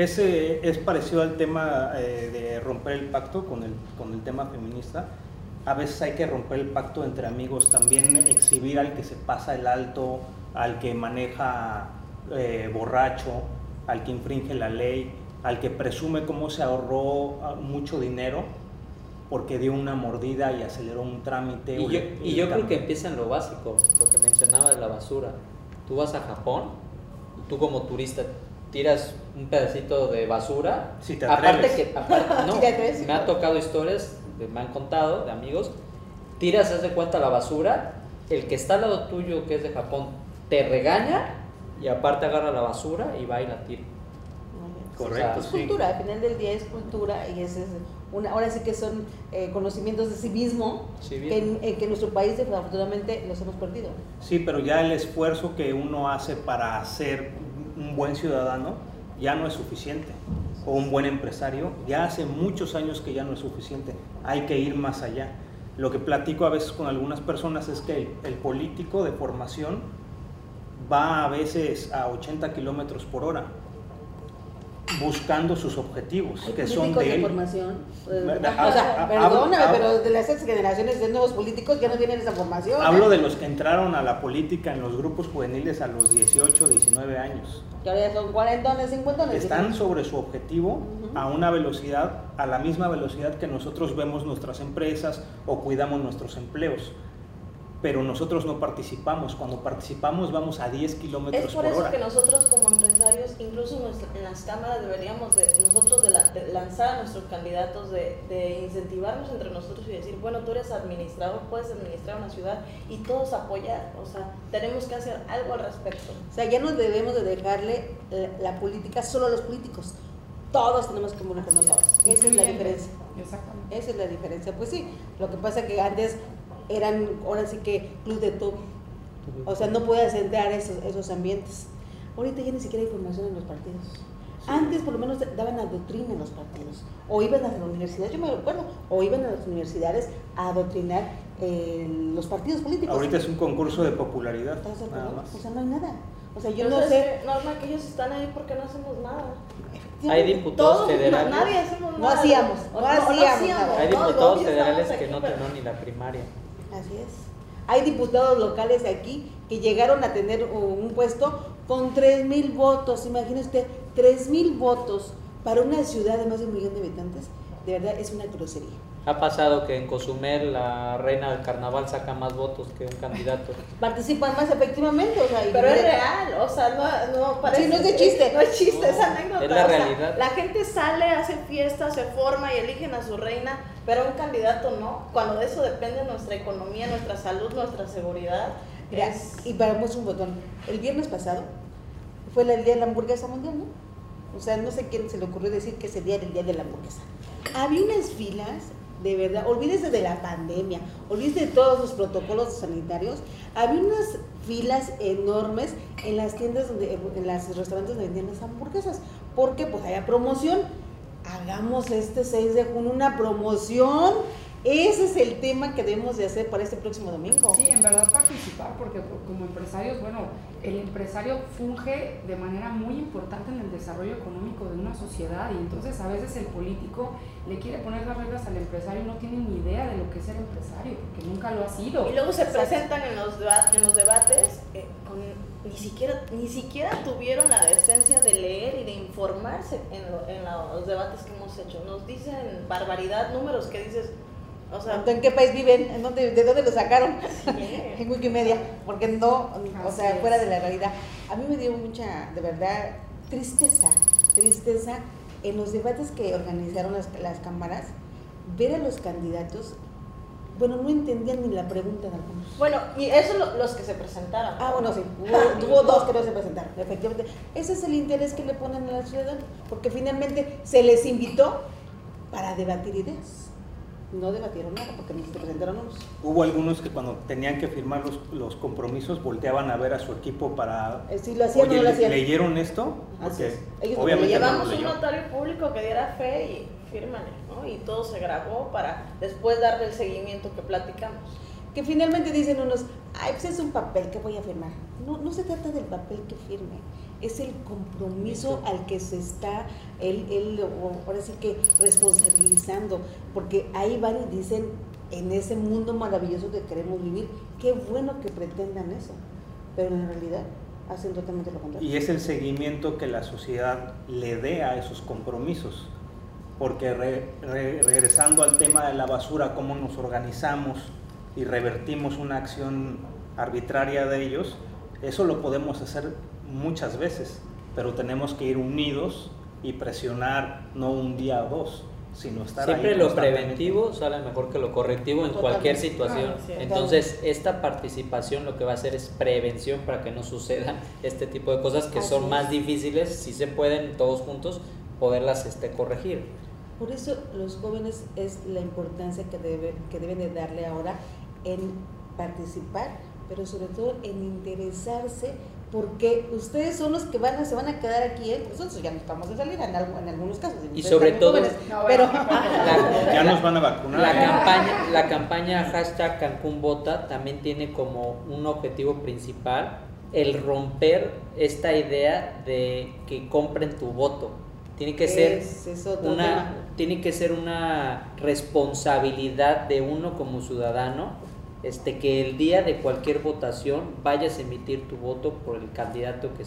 Es parecido al tema de romper el pacto con el tema feminista. A veces hay que romper el pacto entre amigos, también exhibir al que se pasa el alto, al que maneja borracho, al que infringe la ley, al que presume cómo se ahorró mucho dinero porque dio una mordida y aceleró un trámite. Y yo creo que empieza en lo básico, lo que mencionaba de la basura. Tú vas a Japón, y tú como turista tiras un pedacito de basura. Si te atreves. No, Si te atreves. me ha tocado historias, me han contado de amigos, tiras, haz de cuenta, la basura, el que está al lado tuyo, que es de Japón, te regaña y aparte agarra la basura y va y la tira. Correcto, Es sí. cultura, al final del día es cultura y es ahora sí que son conocimientos de civismo que en nuestro país desafortunadamente los hemos perdido. Sí, pero ya el esfuerzo que uno hace para ser un buen ciudadano ya no es suficiente, o un buen empresario, ya hace muchos años que ya no es suficiente, hay que ir más allá. Lo que platico a veces con algunas personas es que el político de formación va a veces a 80 kilómetros por hora buscando sus objetivos, ¿Hay que son políticos de de él. formación? Ah, O sea, ah, perdóname, hablo- pero de las sextas generaciones de nuevos políticos ya no tienen esa formación. Hablo de los que entraron a la política en los grupos juveniles a los 18, 19 años. Que ahora ya son 40, 50. Están sobre su objetivo Ujú. a una velocidad, a la misma velocidad que nosotros vemos nuestras empresas o cuidamos nuestros empleos. Pero nosotros no participamos. Cuando participamos vamos a 10 kilómetros Es por por eso hora. que nosotros como empresarios, incluso en las cámaras deberíamos de lanzar a nuestros candidatos, de incentivarnos entre nosotros y decir, bueno, tú eres administrador, puedes administrar una ciudad y todos apoyar. O sea, tenemos que hacer algo al respecto. O sea, ya no debemos de dejarle la política solo a los políticos. Todos tenemos que involucrarnos todos. Esa es la diferencia. Exactamente. Esa es la diferencia. Pues sí, lo que pasa que antes eran, ahora sí que club de todo. O sea, no puedes entrar a esos ambientes. Ahorita ya ni siquiera hay formación en los partidos. Antes por lo menos daban la doctrina en los partidos. O iban a las universidades, yo me recuerdo, o iban a las universidades a adoctrinar los partidos políticos. Ahorita es un concurso de popularidad, ¿Estás de nada acuerdo? más. O sea, no hay nada. O sea, yo Pero no es sé. que, Norma, que ellos están ahí porque no hacemos nada. Hay diputados Todos, federales. nadie hacemos No nada. hacíamos, no hacíamos nada. Hay No, diputados obvio, federales estamos que aquí, no pero- tienen ni la primaria. Así es. Hay diputados locales aquí que llegaron a tener un puesto con 3,000 votos. Imagine usted, 3,000 votos para una ciudad de más de 1,000,000 de habitantes. De verdad es una grosería. Ha pasado que en Cozumel la reina del carnaval saca más votos que un candidato. Participan más efectivamente, o sea, y Pero es mira, real, o sea, no parece. Sí, no es de chiste. No es chiste, es No, anécdota. es la o sea, realidad. la gente sale, hace fiestas, se forma y eligen a su reina, pero un candidato no. Cuando de eso depende nuestra economía, nuestra salud, nuestra seguridad. mira, y paramos un botón. El viernes pasado fue el día de la hamburguesa mundial, ¿no? O sea, no sé quién se le ocurrió decir que ese día era el día de la hamburguesa. Había unas filas, de verdad, olvídese de la pandemia, olvídese de todos los protocolos sanitarios. Había unas filas enormes en las tiendas, en los restaurantes donde vendían las hamburguesas, porque pues había promoción. Hagamos este 6 de junio una promoción. Ese es el tema que debemos de hacer para este próximo domingo. Sí, en verdad participar, porque como empresarios, bueno, el empresario funge de manera muy importante en el desarrollo económico de una sociedad, y entonces a veces el político le quiere poner las reglas al empresario y no tiene ni idea de lo que es ser empresario, porque nunca lo ha sido. Y luego se Exacto. presentan en los debates ni siquiera tuvieron la decencia de leer y de informarse en los debates que hemos hecho. Nos dicen barbaridad, números que dices, o sea, ¿En qué país viven? ¿De dónde lo sacaron? sí. En Wikimedia, porque no, o Así sea, es. fuera de la realidad. A mí me dio mucha, de verdad, tristeza en los debates que organizaron las cámaras, ver a los candidatos, bueno, no entendían ni la pregunta de algunos. Bueno, y eso los que se presentaron. Ah, bueno, sí, hubo dos que no se presentaron, efectivamente. Ese es el interés que le ponen a la ciudad, porque finalmente se les invitó para debatir ideas. No debatieron nada porque no se presentaron unos. Hubo algunos que cuando tenían que firmar los compromisos volteaban a ver a su equipo para... Si lo hacían o Oye, no lo hacían. ¿leyeron esto? Así Porque es. Ellos no obviamente lo no lo Llevamos un leyó. notario público que diera fe y fírmale, ¿no? Y todo se grabó para después darle el seguimiento que platicamos. Que finalmente dicen unos, ay, pues es un papel que voy a firmar. No se trata del papel que firme, es el compromiso al que se está ahora sí que responsabilizando, porque ahí van y dicen, en ese mundo maravilloso que queremos vivir, qué bueno que pretendan eso, pero en realidad hacen totalmente lo contrario. Y es el seguimiento que la sociedad le dé a esos compromisos. Porque regresando al tema de la basura, cómo nos organizamos y revertimos una acción arbitraria de ellos, eso lo podemos hacer muchas veces, pero tenemos que ir unidos y presionar no un día o dos, sino estar Siempre ahí lo constantemente. preventivo sale mejor que lo correctivo en Totalmente. cualquier situación. Claro, sí. Entonces, esta participación lo que va a hacer es prevención para que no sucedan este tipo de cosas que Así son es. más difíciles, si se pueden todos juntos, poderlas corregir. Por eso los jóvenes es la importancia que deben de darle ahora en participar, pero sobre todo en interesarse, porque ustedes son los que se van a quedar aquí, nosotros ya nos vamos a salir en algunos casos. Y ustedes sobre están todo, jóvenes, No, pero bueno, Ya nos van a vacunar. La campaña hashtag Cancún Vota también tiene como un objetivo principal el romper esta idea de que compren tu voto. Tiene que ser tema. Tiene que ser una responsabilidad de uno como ciudadano, que el día de cualquier votación vayas a emitir tu voto por el candidato que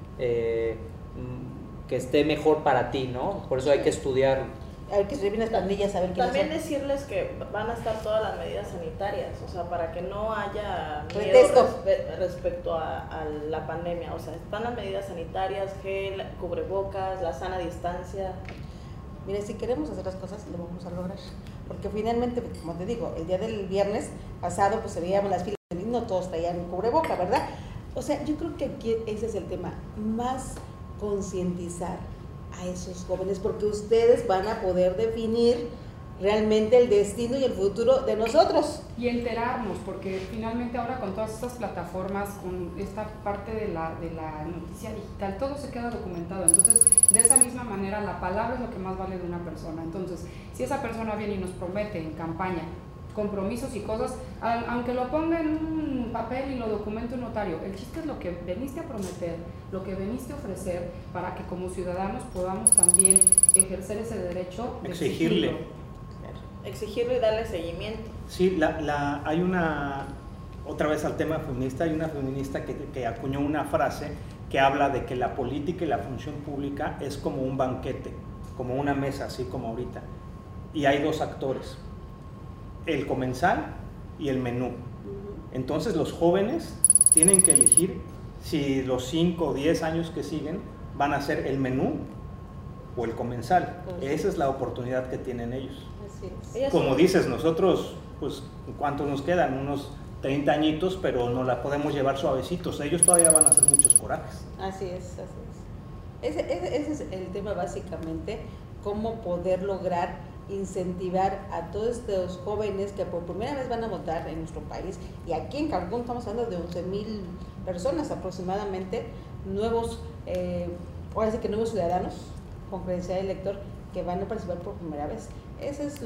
esté mejor para ti, ¿no? Por eso hay que estudiarlo. Hay que escribir las planillas, saber quiénes También son. decirles que van a estar todas las medidas sanitarias, o sea, para que no haya miedo Pretexto. respecto a la pandemia. O sea, están las medidas sanitarias, gel, cubrebocas, la sana distancia. Mire, si queremos hacer las cosas, lo vamos a lograr. Porque finalmente, como te digo, el día del viernes pasado, pues se veíamos las filas, y no todos traían cubreboca, ¿verdad? O sea, yo creo que aquí ese es el tema, más concientizar a esos jóvenes, porque ustedes van a poder definir realmente el destino y el futuro de nosotros. Y enterarnos, porque finalmente ahora con todas estas plataformas, con esta parte de la noticia digital, todo se queda documentado. Entonces, de esa misma manera, la palabra es lo que más vale de una persona. Entonces, si esa persona viene y nos promete en campaña compromisos y cosas, aunque lo ponga en un papel y lo documente un notario, el chiste es lo que veniste a prometer, lo que veniste a ofrecer, para que como ciudadanos podamos también ejercer ese derecho de exigirlo y darle seguimiento. Sí, hay otra vez al tema feminista, hay una feminista que acuñó una frase que habla de que la política y la función pública es como un banquete, como una mesa, así como ahorita, y hay dos actores, el comensal y el menú. Entonces los jóvenes tienen que elegir si los 5 o 10 años que siguen van a ser el menú o el comensal. Esa es la oportunidad que tienen ellos. Así es. Como dices, nosotros, pues, ¿cuántos nos quedan? Unos 30 añitos, pero nos la podemos llevar suavecitos. Ellos todavía van a hacer muchos corajes. Así es. Ese es el tema básicamente, cómo poder lograr incentivar a todos estos jóvenes que por primera vez van a votar en nuestro país, y aquí en Cancún estamos hablando de 11,000 personas aproximadamente, nuevos, ahora sí que nuevos ciudadanos con credencial de elector que van a participar por primera vez. Ese es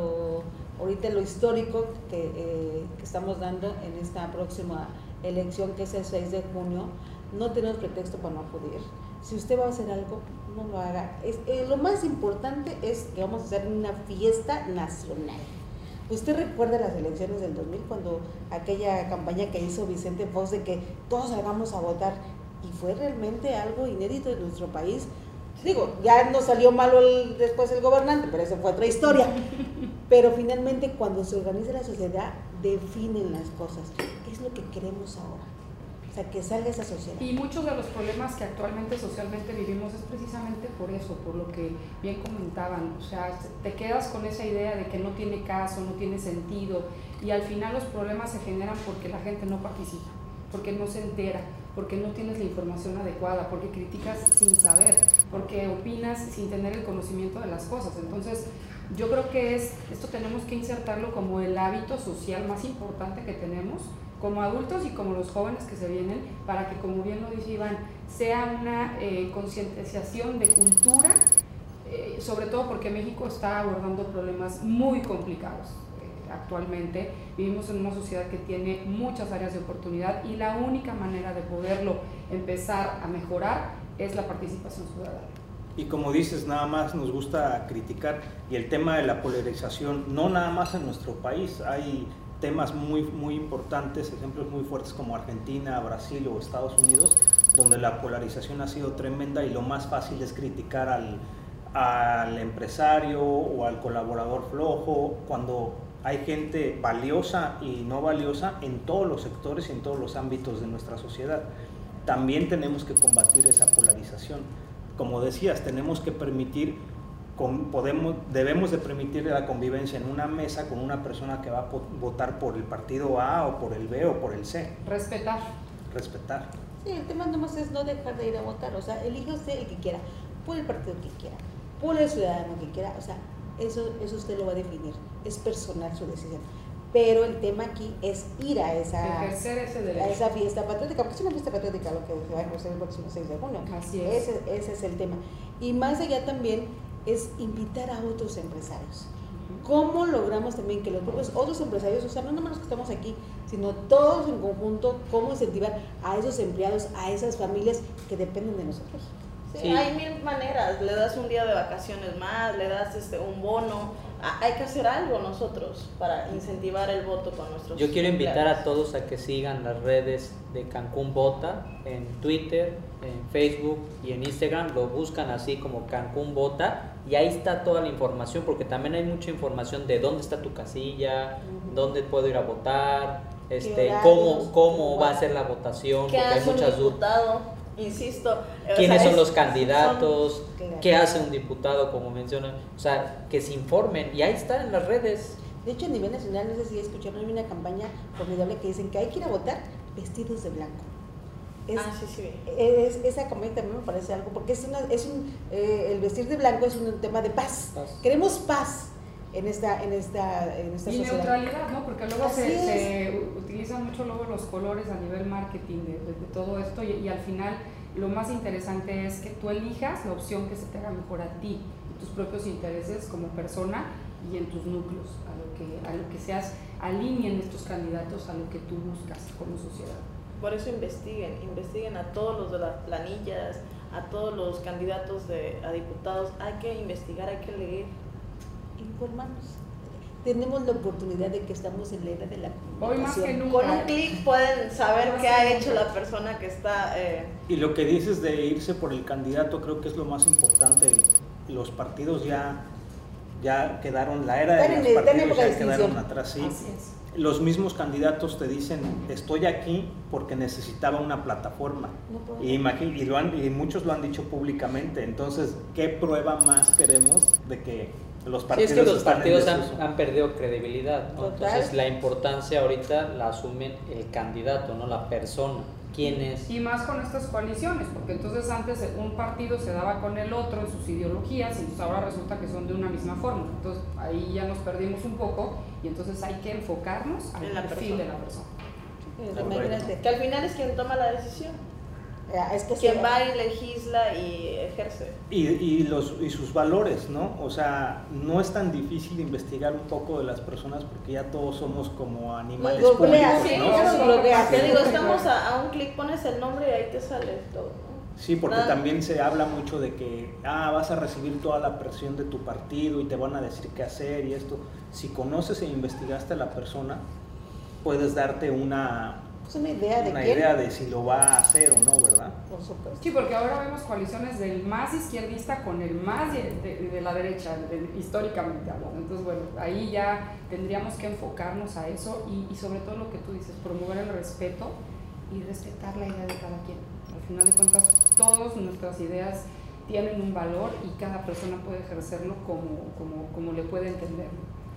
ahorita lo histórico que estamos dando en esta próxima elección, que es el 6 de junio. No tenemos pretexto para no acudir. Si usted va a hacer algo, no lo haga. Lo más importante es que vamos a hacer una fiesta nacional. ¿Usted recuerda las elecciones del 2000, cuando aquella campaña que hizo Vicente Fox de que todos salgamos a votar? Y fue realmente algo inédito en nuestro país. Digo, ya no salió malo después el gobernante, pero eso fue otra historia. Pero finalmente, cuando se organiza la sociedad, definen las cosas. ¿Qué es lo que queremos ahora? O sea, que salga esa sociedad. Y muchos de los problemas que actualmente socialmente vivimos es precisamente por eso, por lo que bien comentaban. O sea, te quedas con esa idea de que no tiene caso, no tiene sentido, y al final los problemas se generan porque la gente no participa, porque no se entera, porque no tienes la información adecuada, porque criticas sin saber, porque opinas sin tener el conocimiento de las cosas. Entonces, yo creo que esto tenemos que insertarlo como el hábito social más importante que tenemos como adultos y como los jóvenes que se vienen, para que, como bien lo dice Iván, sea una concientización de cultura, sobre todo porque México está abordando problemas muy complicados. Actualmente vivimos en una sociedad que tiene muchas áreas de oportunidad, y la única manera de poderlo empezar a mejorar es la participación ciudadana. Y como dices, nada más nos gusta criticar, y el tema de la polarización, no nada más en nuestro país, hay temas muy, muy importantes, ejemplos muy fuertes como Argentina, Brasil o Estados Unidos, donde la polarización ha sido tremenda, y lo más fácil es criticar al empresario o al colaborador flojo, cuando hay gente valiosa y no valiosa en todos los sectores y en todos los ámbitos de nuestra sociedad. También tenemos que combatir esa polarización. Como decías, tenemos que debemos de permitir la convivencia en una mesa con una persona que va a votar por el partido A o por el B o por el C. Respetar. Sí, el tema nomás es no dejar de ir a votar. O sea, elija usted el que quiera, por el partido que quiera, por el ciudadano que quiera. O sea, eso usted lo va a definir, es personal su decisión. Pero el tema aquí es ir a esa fiesta patriótica, porque es una fiesta patriótica lo que se va a ejercer el próximo 6 de junio. Así es. Ese es el tema. Y más allá también es invitar a otros empresarios. ¿Cómo logramos también que los propios otros empresarios, o sea, no nomás los que estamos aquí, sino todos en conjunto, cómo incentivar a esos empleados, a esas familias que dependen de nosotros? Sí, hay mil maneras, le das un día de vacaciones más, le das un bono, hay que hacer algo nosotros para incentivar el voto con nuestros Yo quiero invitar empleados. a todos a que sigan las redes de Cancún Vota en Twitter, en Facebook y en Instagram. Lo buscan así como Cancún Vota y ahí está toda la información, porque también hay mucha información de dónde está tu casilla, dónde puedo ir a votar, cómo va a ser la votación, ¿Qué porque hay hace un muchas dudas. diputado? Insisto, ¿Quiénes son los candidatos? Claro. ¿Qué hace un diputado, como mencionan? O sea, que se informen y ahí está en las redes. De hecho, a nivel nacional, no sé si escucharon, hay una campaña formidable que dicen que hay que ir a votar vestidos de blanco. Sí. Esa campaña también me parece algo, porque el vestir de blanco es un tema de paz. Queremos paz en esta Y sociedad. neutralidad, ¿no? Porque luego Así se utilizan mucho luego los colores a nivel marketing de todo esto y al final lo más interesante es que tú elijas la opción que se te haga mejor a ti, en tus propios intereses como persona y en tus núcleos, a lo que seas, alineen estos candidatos a lo que tú buscas como sociedad. Por eso investiguen a todos los de las planillas, a todos los candidatos a diputados, hay que investigar, hay que leer. Informarnos. Tenemos la oportunidad de que estamos en la era de la Hoy más que comunicación. nunca. Con un clic pueden saber Más qué que ha nunca. hecho la persona que está... Y lo que dices de irse por el candidato creo que es lo más importante. Los partidos ya quedaron, la era de Están los en partidos época de ya quedaron extinción. atrás, sí. Así es. Los mismos candidatos te dicen, estoy aquí porque necesitaba una plataforma. No puedo. Y muchos lo han dicho públicamente. Entonces, ¿qué prueba más queremos de que los Sí, partidos es que los están en partidos desuso? han perdido credibilidad, ¿no? Total. Entonces la importancia ahorita la asumen el candidato, no la persona. ¿Quién es? Y más con estas coaliciones, porque entonces antes un partido se daba con el otro en sus ideologías y entonces ahora resulta que son de una misma forma. Entonces ahí ya nos perdimos un poco y entonces hay que enfocarnos al En la perfil persona. de la persona. Imagínate. Que al final es quien toma la decisión, Es que quien sí, va y legisla y ejerce. Y sus valores, ¿no? O sea, no es tan difícil investigar un poco de las personas porque ya todos somos como animales Nos bloquea, públicos, sí, ¿no? nos bloquea. Te digo, estamos a un clic, pones el nombre y ahí te sale todo, ¿no? Sí, porque Nada. también se habla mucho de que vas a recibir toda la presión de tu partido y te van a decir qué hacer y esto. Si conoces e investigaste a la persona, puedes darte una idea de quién. idea de si lo va a hacer o no, ¿verdad? Por supuesto. Sí, porque ahora vemos coaliciones del más izquierdista con el más de la derecha, históricamente hablando. Entonces, bueno, ahí ya tendríamos que enfocarnos a eso y sobre todo lo que tú dices, promover el respeto y respetar la idea de cada quien. Al final de cuentas, todas nuestras ideas tienen un valor y cada persona puede ejercerlo como le puede entender.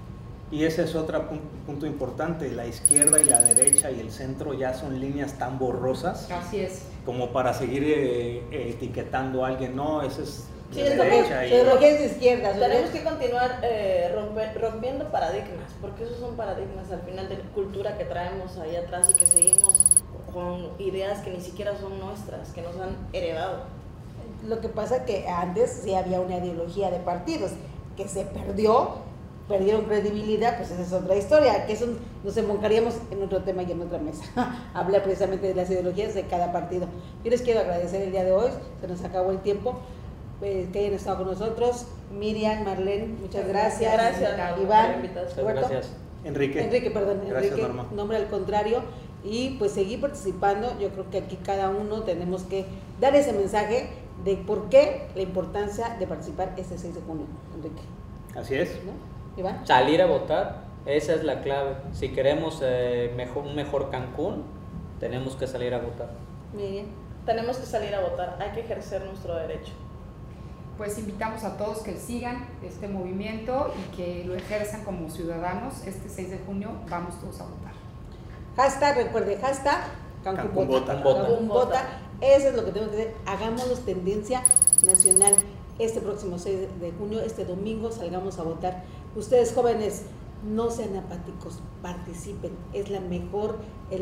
Y ese es otro punto importante, la izquierda y la derecha y el centro ya son líneas tan borrosas Así es. como para seguir etiquetando a alguien, no, ese es Sí, de es lo que- derecha. Su ideología es de izquierda. su Tenemos ideología- que continuar rompiendo paradigmas, porque esos son paradigmas al final de cultura que traemos ahí atrás y que seguimos con ideas que ni siquiera son nuestras, que nos han heredado. Lo que pasa es que antes sí había una ideología de partidos que se perdieron credibilidad, pues esa es otra historia, que eso nos enfocaríamos en otro tema y en otra mesa. Hablar precisamente de las ideologías de cada partido. Yo les quiero agradecer el día de hoy, se nos acabó el tiempo, que hayan estado con nosotros. Miriam, Marlene, muchas gracias. Gracias, Norma, por la Iván, invitación. Roberto. Gracias. Enrique, perdón, Gracias, Enrique, Norma. nombre al contrario, y pues seguir participando. Yo creo que aquí cada uno tenemos que dar ese mensaje de por qué la importancia de participar este 6 de junio, Enrique, así es. ¿no? Iván. Salir a votar, esa es la clave. Si queremos un mejor Cancún, tenemos que salir a votar. Miriam. Tenemos que salir a votar, hay que ejercer nuestro derecho. Pues invitamos a todos que sigan este movimiento y que lo ejerzan como ciudadanos. Este 6 de junio vamos todos a votar. Hashtag, recuerde, hashtag Cancún Cancún Vota. Vota. Cancún Vota. Eso es lo que tenemos que hacer. Hagámoslo tendencia nacional. Este próximo 6 de junio, este domingo, salgamos a votar. Ustedes jóvenes, no sean apáticos, participen. Es el mejor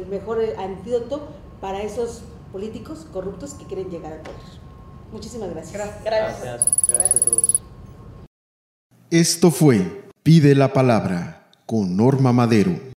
antídoto para esos políticos corruptos que quieren llegar al poder. Muchísimas gracias. Gracias. Gracias a todos. Esto fue Pide la Palabra con Norma Madero.